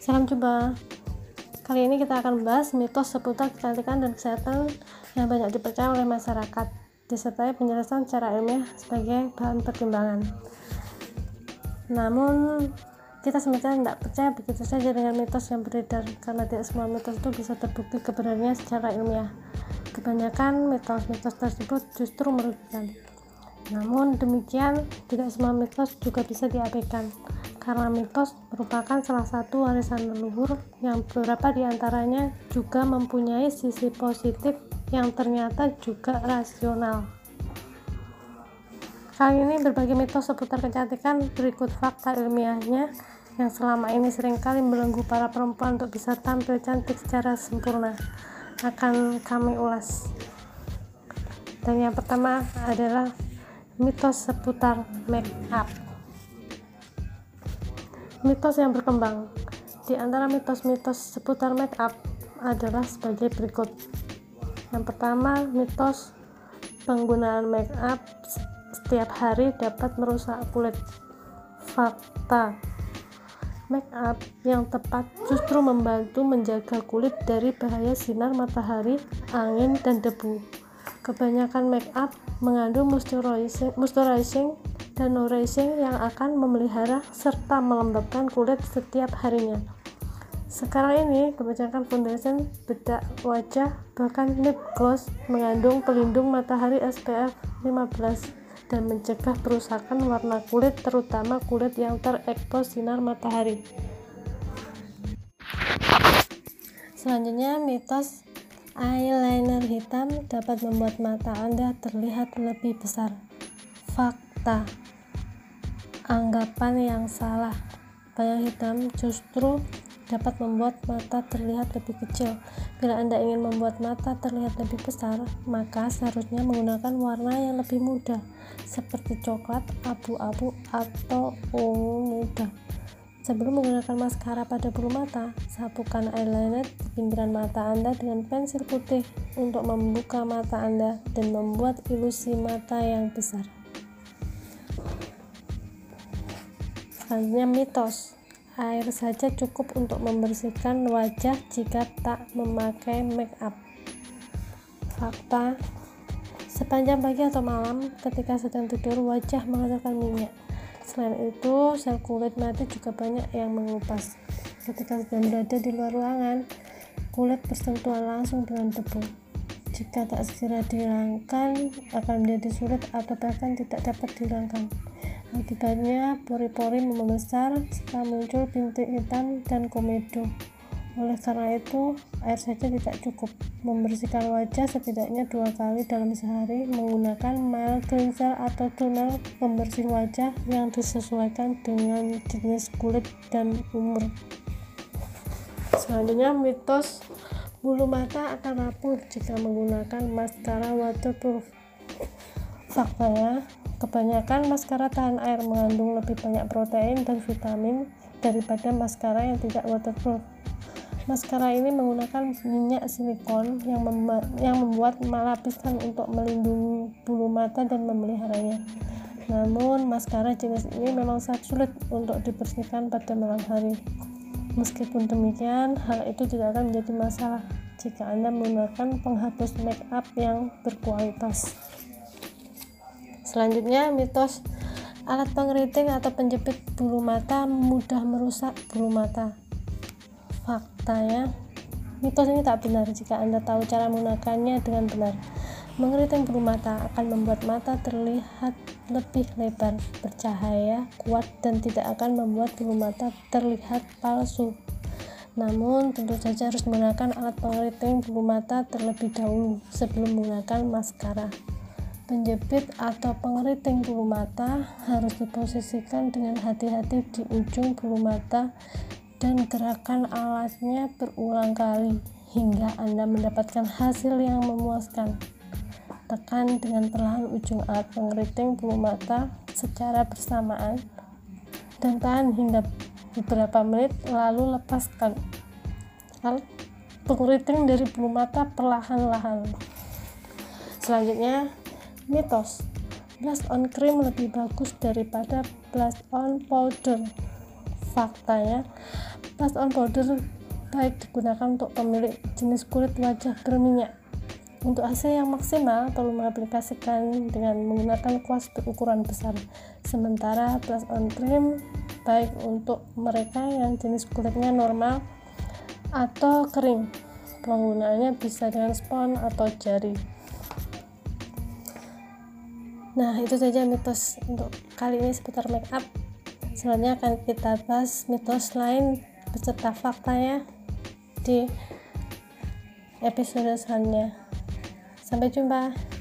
Salam jumpa. Kali ini kita akan membahas mitos seputar kecantikan dan kesehatan yang banyak dipercaya oleh masyarakat, disertai penjelasan secara ilmiah sebagai bahan pertimbangan. Namun, kita semestinya tidak percaya begitu saja dengan mitos yang beredar, karena tidak semua mitos itu bisa terbukti kebenarannya secara ilmiah. Kebanyakan mitos-mitos tersebut justru merugikan. Namun demikian, tidak semua mitos juga bisa diabaikan, karena mitos merupakan salah satu warisan leluhur yang beberapa diantaranya juga mempunyai sisi positif yang ternyata juga rasional. Kali ini berbagai mitos seputar kecantikan berikut fakta ilmiahnya yang selama ini seringkali membelenggu para perempuan untuk bisa tampil cantik secara sempurna. Akan kami ulas. Dan yang pertama adalah mitos seputar make up. Mitos yang berkembang. Di antara mitos-mitos seputar make up adalah sebagai berikut. Yang pertama, mitos penggunaan make up setiap hari dapat merusak kulit. Fakta. Make up yang tepat justru membantu menjaga kulit dari bahaya sinar matahari, angin, dan debu. Kebanyakan make up mengandung moisturizing dan nourishing yang akan memelihara serta melembabkan kulit setiap harinya. Sekarang ini, kebanyakan foundation, bedak wajah, bahkan lip gloss mengandung pelindung matahari SPF 15 dan mencegah perusakan warna kulit, terutama kulit yang terekspos sinar matahari. Selanjutnya, mitos eyeliner hitam dapat membuat mata Anda terlihat lebih besar. Fakta. Anggapan yang salah. Bayang hitam justru dapat membuat mata terlihat lebih kecil. Bila Anda ingin membuat mata terlihat lebih besar, maka seharusnya menggunakan warna yang lebih muda, seperti coklat, abu-abu, atau ungu muda. Sebelum menggunakan maskara pada bulu mata, sapukan eyeliner di pinggiran mata Anda dengan pensil putih untuk membuka mata Anda dan membuat ilusi mata yang besar. Selanjutnya, mitos. Air saja cukup untuk membersihkan wajah jika tak memakai make up. Fakta. Sepanjang pagi atau malam, ketika sedang tidur, wajah menghasilkan minyak. Selain itu, sel kulit mati juga banyak yang mengupas. Ketika sedang berada di luar ruangan, kulit bersentuhan langsung dengan debu. Jika tak segera dihilangkan, akan menjadi sulit atau bahkan tidak dapat dihilangkan. Akibatnya, pori-pori membesar serta muncul bintik hitam dan komedo. Oleh karena itu, air saja tidak cukup. Membersihkan wajah setidaknya 2 kali dalam sehari menggunakan mild cleanser atau toner pembersih wajah yang disesuaikan dengan jenis kulit dan umur. Selanjutnya, mitos bulu mata akan rapuh jika menggunakan maskara waterproof. Faktanya, kebanyakan maskara tahan air mengandung lebih banyak protein dan vitamin daripada maskara yang tidak waterproof. Maskara ini menggunakan minyak silikon yang membuat lapisan untuk melindungi bulu mata dan memeliharanya. Namun, maskara jenis ini memang sangat sulit untuk dibersihkan pada malam hari. Meskipun demikian, hal itu tidak akan menjadi masalah jika Anda menggunakan penghapus make up yang berkualitas. Selanjutnya, mitos alat pengeriting atau penjepit bulu mata mudah merusak bulu mata. Faktanya, mitos ini tak benar jika Anda tahu cara menggunakannya dengan benar. Mengeriting bulu mata akan membuat mata terlihat lebih lebar, bercahaya, kuat, dan tidak akan membuat bulu mata terlihat palsu. Namun, tentu saja harus menggunakan alat pengeriting bulu mata terlebih dahulu sebelum menggunakan maskara. Penjepit atau pengeriting bulu mata harus diposisikan dengan hati-hati di ujung bulu mata dan gerakan alatnya berulang kali hingga Anda mendapatkan hasil yang memuaskan. Tekan dengan perlahan ujung alat pengeriting bulu mata secara bersamaan dan tahan hingga beberapa menit, lalu lepaskan alat pengeriting dari bulu mata perlahan-lahan. Selanjutnya, mitos blush on cream lebih bagus daripada blush on powder. Faktanya, blush on powder baik digunakan untuk pemilik jenis kulit wajah berminyak. Untuk hasil yang maksimal, perlu mengaplikasikan dengan menggunakan kuas berukuran besar. Sementara blush on cream baik untuk mereka yang jenis kulitnya normal atau kering. Penggunaannya bisa dengan spons atau jari. Nah, itu saja mitos untuk kali ini seputar make up. Selanjutnya akan kita bahas mitos lain beserta faktanya di episode selanjutnya. Sampai jumpa.